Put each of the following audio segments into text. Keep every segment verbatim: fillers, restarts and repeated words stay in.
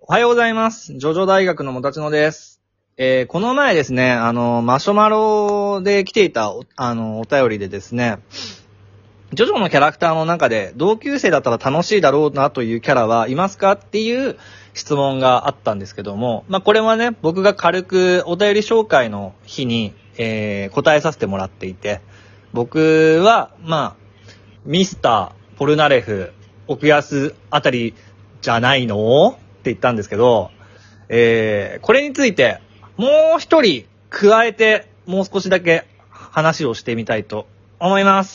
おはようございます。ジョジョ大学のもたちのです。えー、この前ですね、あの、マシュマロで来ていたお、あの、お便りでですね、ジョジョのキャラクターの中で同級生だったら楽しいだろうなというキャラはいますかっていう質問があったんですけども、まあ、これはね、僕が軽くお便り紹介の日に、えー、答えさせてもらっていて、僕は、まあ、ミスター、ポルナレフ、奥安あたりじゃないのって言ったんですけど、えー、これについてもう一人加えてもう少しだけ話をしてみたいと思います。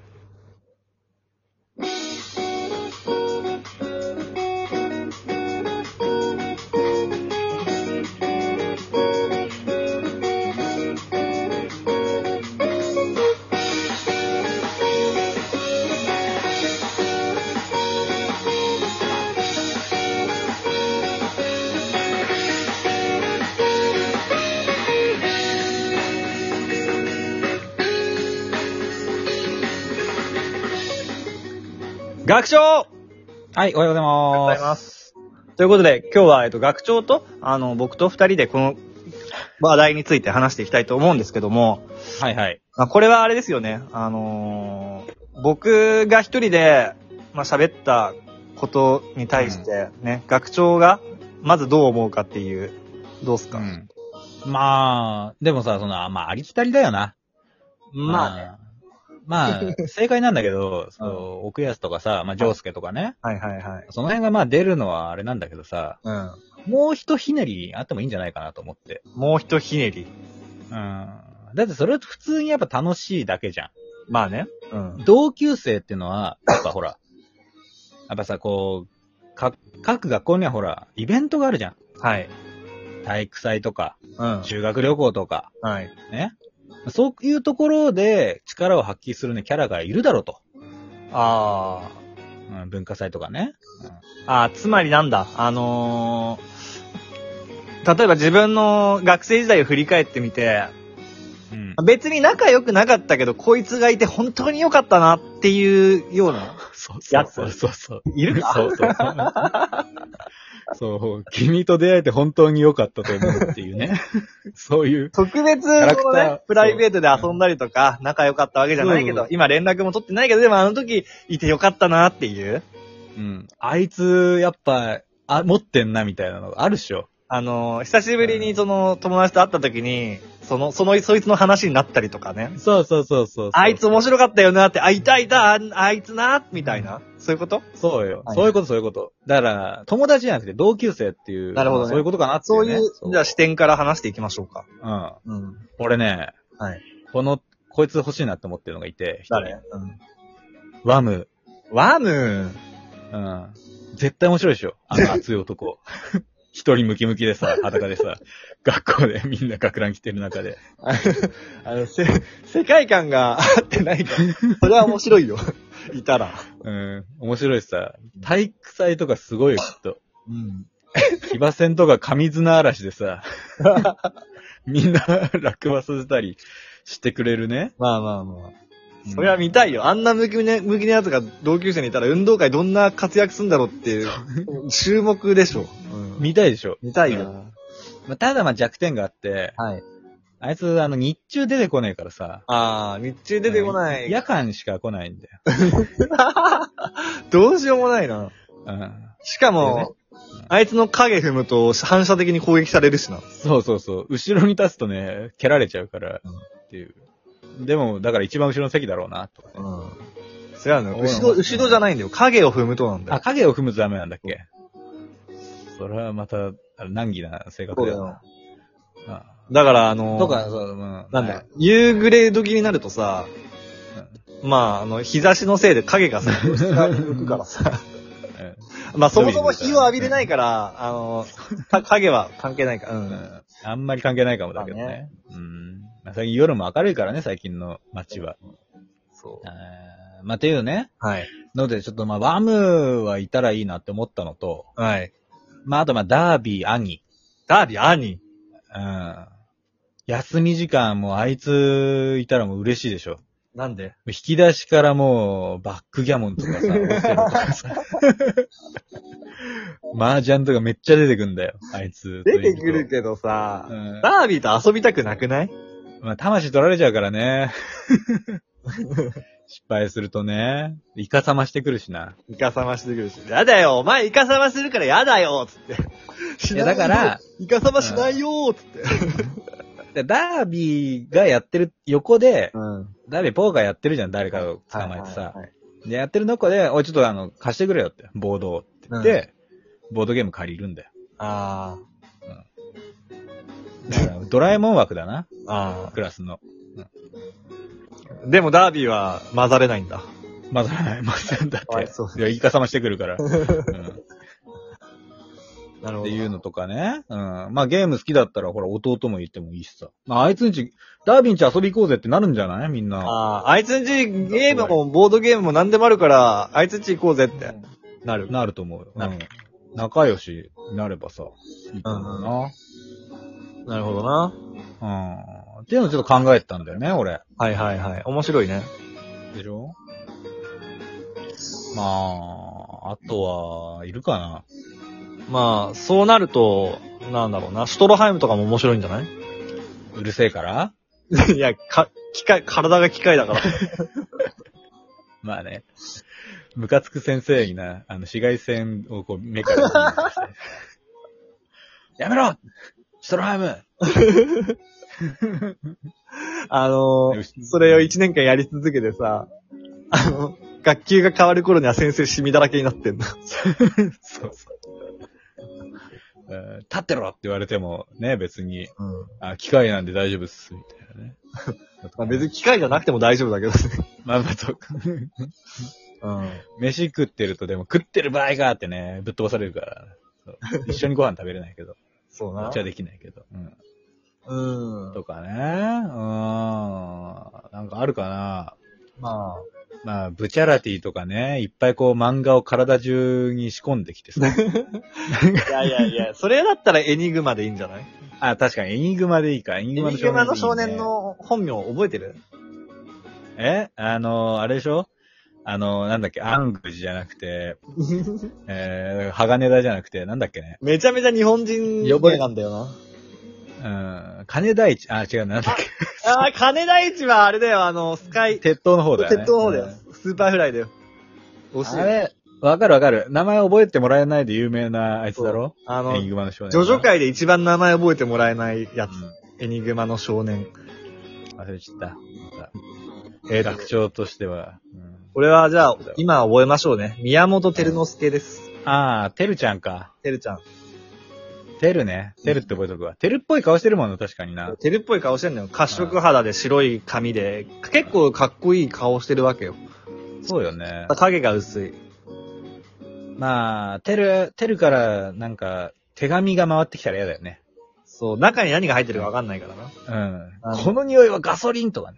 学長はい、おはようございます。 おはようございます。ということで、今日は、えっと、学長と、あの、僕と二人でこの話題について話していきたいと思うんですけども、 はいはい。 まあ、これはあれですよね、あのー、僕が一人で、まあ、喋ったことに対してね、うん、学長が、まずどう思うかっていう、どうすか、うん、 まあ、でもさ、その、まあ、ありきたりだよな。 まあね。 まあ、正解なんだけど、そう、奥安とかさ、まあ、ジョースケとかね。 はいはいはい。 その辺がまあ出るのはあれなんだけどさ、 うん。 もう一ひねりあってもいいんじゃないかなと思って。 もう一ひねり。 うん。だってそれ普通にやっぱ楽しいだけじゃん。 まあね。 うん。同級生っていうのは、やっぱほら、やっぱさ、こう、か、各学校にはほら、イベントがあるじゃん。 はい。 体育祭とか、 うん。 修学旅行とか。 はい。 ね。そういうところで力を発揮するね、キャラがいるだろうと。 ああ、うん。文化祭とかね。 うん、ああ、つまりなんだ。あのー、例えば自分の学生時代を振り返ってみて、うん、別に仲良くなかったけど、こいつがいて本当に良かったなっていうようなやつ。 そうそうそうそう。 いるかそうそうそう。そう、君と出会えて本当に良かったと思うっていうね。そういう。 特別のね、プライベートで遊んだりとか、仲良かったわけじゃないけど、今連絡も取ってないけど、でもあの時いて良かったなっていう。 うん。あいつ、やっぱ、あ、持ってんなみたいなのがあるっしょ。 あの、久しぶりにその友達と会った時に、その、その、そいつの話になったりとかね。 そうそうそうそうそう。 あいつ面白かったよなって、あ、いたいた、あいつな、みたいな。そういうこと？ そうよ、はい。そういうこと、そういうこと。だから、友達じゃなくて同級生っていう。 なるほどね。 そういうことかなっていう、ね。 そういう、そうじゃあ視点から話していきましょうか。 うん。うん。俺ね、はい。この、こいつ欲しいなって思ってるのがいて。 誰？うん。 ワム。 ワム？ うん。絶対面白いでしょ。あの熱い男。一人ムキムキでさ、裸でさ、学校でみんな学ラン着てる中で。 あの、せ、世界観が合ってないから。それは面白いよ。いたら。 うん、面白いしさ、体育祭とかすごいよ、きっと。 うん。 騎馬戦とか上綱嵐でさ、みんな落馬させたりしてくれるね。 まあまあまあ。それは見たいよ。あんなムキムキムキなやつが同級生にいたら運動会どんな活躍するんだろうっていう、注目でしょ。 うん、見たいでしょ。 見たいよ。 まあ、ただまあ弱点があって、はい。あいつ、あの、日中出てこねえからさ。 ああ、日中出てこない。 夜間しか来ないんだよ。 どうしようもないな。うん。しかも、ね、あいつの影踏むと反射的に攻撃されるしな。 そうそうそう。後ろに立つとね、蹴られちゃうから、うん、っていう。でも、だから一番後ろの席だろうな、とかね。うん。 違うの。後ろ、後ろじゃないんだよ。影を踏むとなんだよ。 あ、影を踏むとダメなんだっけ？それはまた、難儀な性格だよな。 ああだから、あのー、 とか、そう、うん、 なんだ、はい、夕暮れ時になるとさ、うん、まあ、あの、日差しのせいで影がさ、浮くからさ。うん、まあ、そもそも日を浴びれないから、あの、影は関係ないから、うん。 あんまり関係ないかもだけどね。ねうん。まあ、最近夜も明るいからね、最近の街は。そう。あまあ、っていうね。はい。ので、ちょっとまあ、ワムはいたらいいなって思ったのと、はい。まあ、あとまあ、ダービー兄。 ダービー兄？ うん。休み時間もうあいついたらもう嬉しいでしょ。 なんで？ 引き出しからもう、バックギャモンとかさ、オセロとかさ。 麻雀とかめっちゃ出てくんだよ、あいつ。 出てくるけどさ、 うん、 ダービーと遊びたくなくない？ まあ、魂取られちゃうからね。失敗するとね、イカサマしてくるしな。 イカサマしてくるし。やだよ、お前イカサマするからやだよつって。 いや、だから、 イカサマしないよーつって。 ダービーがやってる横で、 うん、 ダービーポーカーやってるじゃん、誰かを捕まえてさ。はいはいはい、で、やってる中で、おい、ちょっとあの、貸してくれよって、ボードをって言って、うん、ボードゲーム借りるんだよ。ああ。うん。だからドラえもん枠だな。ああ。クラスの。 うん。でもダービーは混ざれないんだ。 混ざらない、混ざるんだって。そういや、イカサマしてくるから。うん。なるほど。っていうのとかね。うん。まあゲーム好きだったら、ほら、弟も言ってもいいしさ。まああいつんち、ダービーんち遊び行こうぜってなるんじゃないみんな。 ああ、あいつんちゲームもボードゲームも何でもあるから、あいつんち行こうぜって。なる。 なると思うよ。なる。うん、仲良しになればさ、いいと思うな。 うん、なるほどな。 うん。っていうのをちょっと考えてたんだよね、俺。 はいはいはい。面白いね。 でしょ？まあ、あとは、いるかな。 まあ、そうなると、なんだろうな、ストロハイムとかも面白いんじゃない？ うるせえからいや、か、機械、体が機械だから。 まあね。ムカつく先生にな、あの、紫外線をこう、目から見てやめろストロハイムあのー、それを一年間やり続けてさ、あの、学級が変わる頃には先生シミだらけになってんだ。そうそう。 立ってろって言われてもね、別に、うん、あ、機械なんで大丈夫っす、みたいなね。 まあ別に機械じゃなくても大丈夫だけどね。 まあまあ、そう。うん。飯食ってるとでも食ってる場合があってね、ぶっ飛ばされるから。一緒にご飯食べれないけど。そうな。こっちはできないけど。うん。うん。とかね。うん。なんかあるかな。まあ。まあ、ブチャラティとかね、いっぱいこう漫画を体中に仕込んできてさ。いやいやいや、それだったらエニグマでいいんじゃない？ あ、確かにエニグマでいいか。エニグマの少年、ね。エニグマの少年の本名覚えてる？ えあの、あれでしょ？あの、なんだっけ、アングジじゃなくて、えー、鋼田じゃなくて、なんだっけね。 めちゃめちゃ日本人呼ばれなんだよな。 うん。金大地、あ、違う、なんだっけ。 ああ、金大地はあれだよ、あの、スカイ。 鉄塔の方だよね。 鉄塔の方だよ。うん、スーパーフライだよ。 惜しい。あれ、わかるわかる。名前覚えてもらえないで有名なあいつだろ？あの、エニグマの少年。 ジョジョ界で一番名前覚えてもらえないやつ。うん、エニグマの少年。 忘れちゃった。えー、学長としては。 うん、これはじゃあ、今覚えましょうね。宮本照之助です。 ああ、てるちゃんか。 てるちゃん。 てるね。てるって覚えとくわ。てるっぽい顔してるもんね、確かにな。 てるっぽい顔してんのよ。褐色肌で白い髪で、結構かっこいい顔してるわけよ。 そうよね。 影が薄い。 まあ、てる、てるから、なんか、手紙が回ってきたら嫌だよね。 そう、中に何が入ってるかわかんないからな。うん。この匂いはガソリンとかね。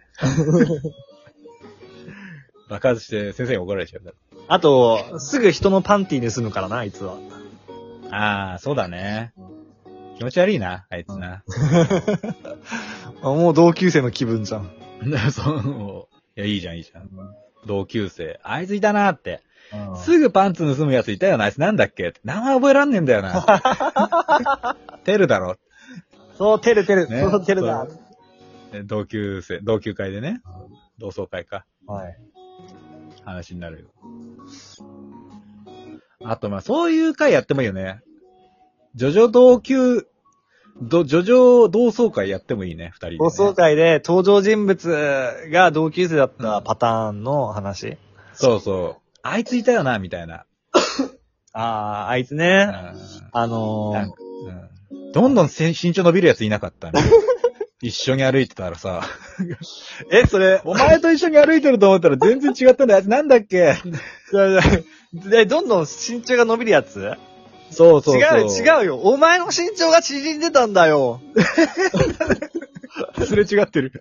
爆発して先生に怒られちゃうから。 あと、すぐ人のパンティー盗むからな、あいつは。 ああ、そうだね。気持ち悪いな、あいつな。 もう同級生の気分じゃん。 そう。いや、いいじゃん、いいじゃん。同級生。あいついたなって。すぐパンツ盗むやついたよな、あいつなんだっけ名前覚えらんねえんだよな。テルだろ。 そう、テル、テル。ね、そう、テルだ。 同級生、同級会でね。同窓会か。はい。話になるよ。あと、まあ、そういう会やってもいいよね。ジョジョ同級、ど、ジョジョ同窓会やってもいいね、二人で、ね。 同窓会で登場人物が同級生だったパターンの話、うん、 そうそう。あいついたよな、みたいな。 ああ、あいつね。うん、あのーうん、どんどん身長伸びるやついなかったね。一緒に歩いてたらさ。 え、それ、 お前と一緒に歩いてると思ったら全然違ったんだよ。なんだっけで、どんどん身長が伸びるやつ？ そうそうそう。 違う、違うよ。お前の身長が縮んでたんだよ。 すれ違ってる。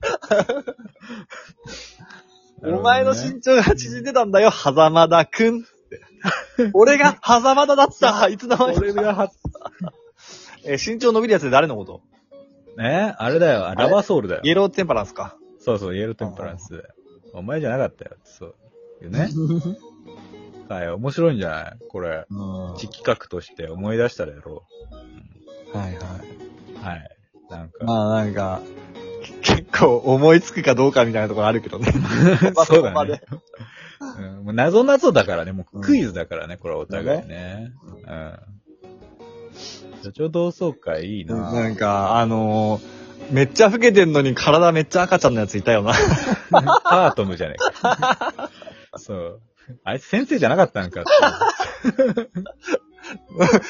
お前の身長が縮んでたんだよ、狭間田くん。俺が狭間田だった。いつの間に。俺がは、え、身長伸びるやつで誰のこと？ えあれだよ。ラバーソウルだよ。 イエローテンパランスか。 そうそう、イエローテンパランス。お前じゃなかったよ。そう。いうね。 会面白いんじゃないこれ。うん。企画として思い出したらやろう。はいはい。 はい。なんか。 まあなんか、結構思いつくかどうかみたいなところあるけどね。 そうだね。うん、もう謎謎だからね、もうクイズだからね、うん、これお互いね。うん。社長同窓会いいな、うん、 なんか、あのー、めっちゃ老けてんのに体めっちゃ赤ちゃんのやついたよな。 パートムじゃねえか。そう。あいつ先生じゃなかったんかって。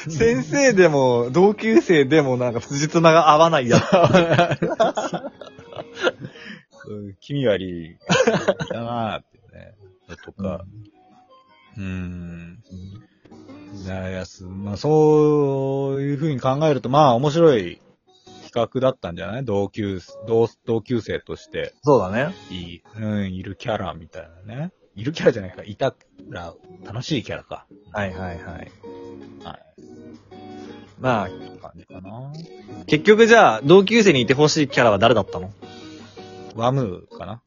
先生でも、同級生でもなんか辻褄が合わないやつ。 気味悪いだなーってね。とか。うーん。いや、まあそういう風に考えると、まあ面白い企画だったんじゃない同級、同、同級生として。 そうだね。 いい、うん、いるキャラみたいなね。いるキャラじゃないか。いたら楽しいキャラか。 はいはいはい。はい。まあ、 感じかな。 結局じゃあ、同級生にいてほしいキャラは誰だったの？ ワムかな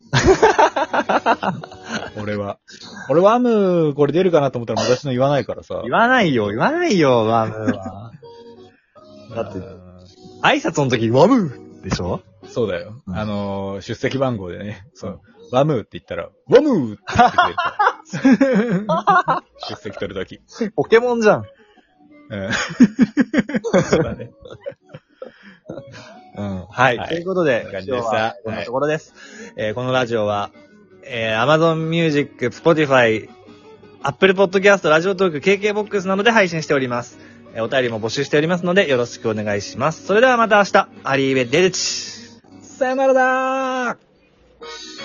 俺は。俺ワム、これ出るかなと思ったら私の言わないからさ。 言わないよ、言わないよ、ワムは。だって、挨拶の時、ワムでしょ？ そうだよ。うん、あのー、出席番号でね、そう、ワムって言ったら、ワムって言ってくれた。出席取るとき。 ポケモンじゃん。 うん。そうだね。 うん。はい。はい、ということで、 感じでした。 こんなところです。はい、えー、このラジオは、えー、Amazon Music、Spotify、Apple Podcast、ラジオトーク、ケーケーボックス などで配信しております。えー、お便りも募集しておりますので、よろしくお願いします。それではまた明日、アリーベデルチ。 さよならだー。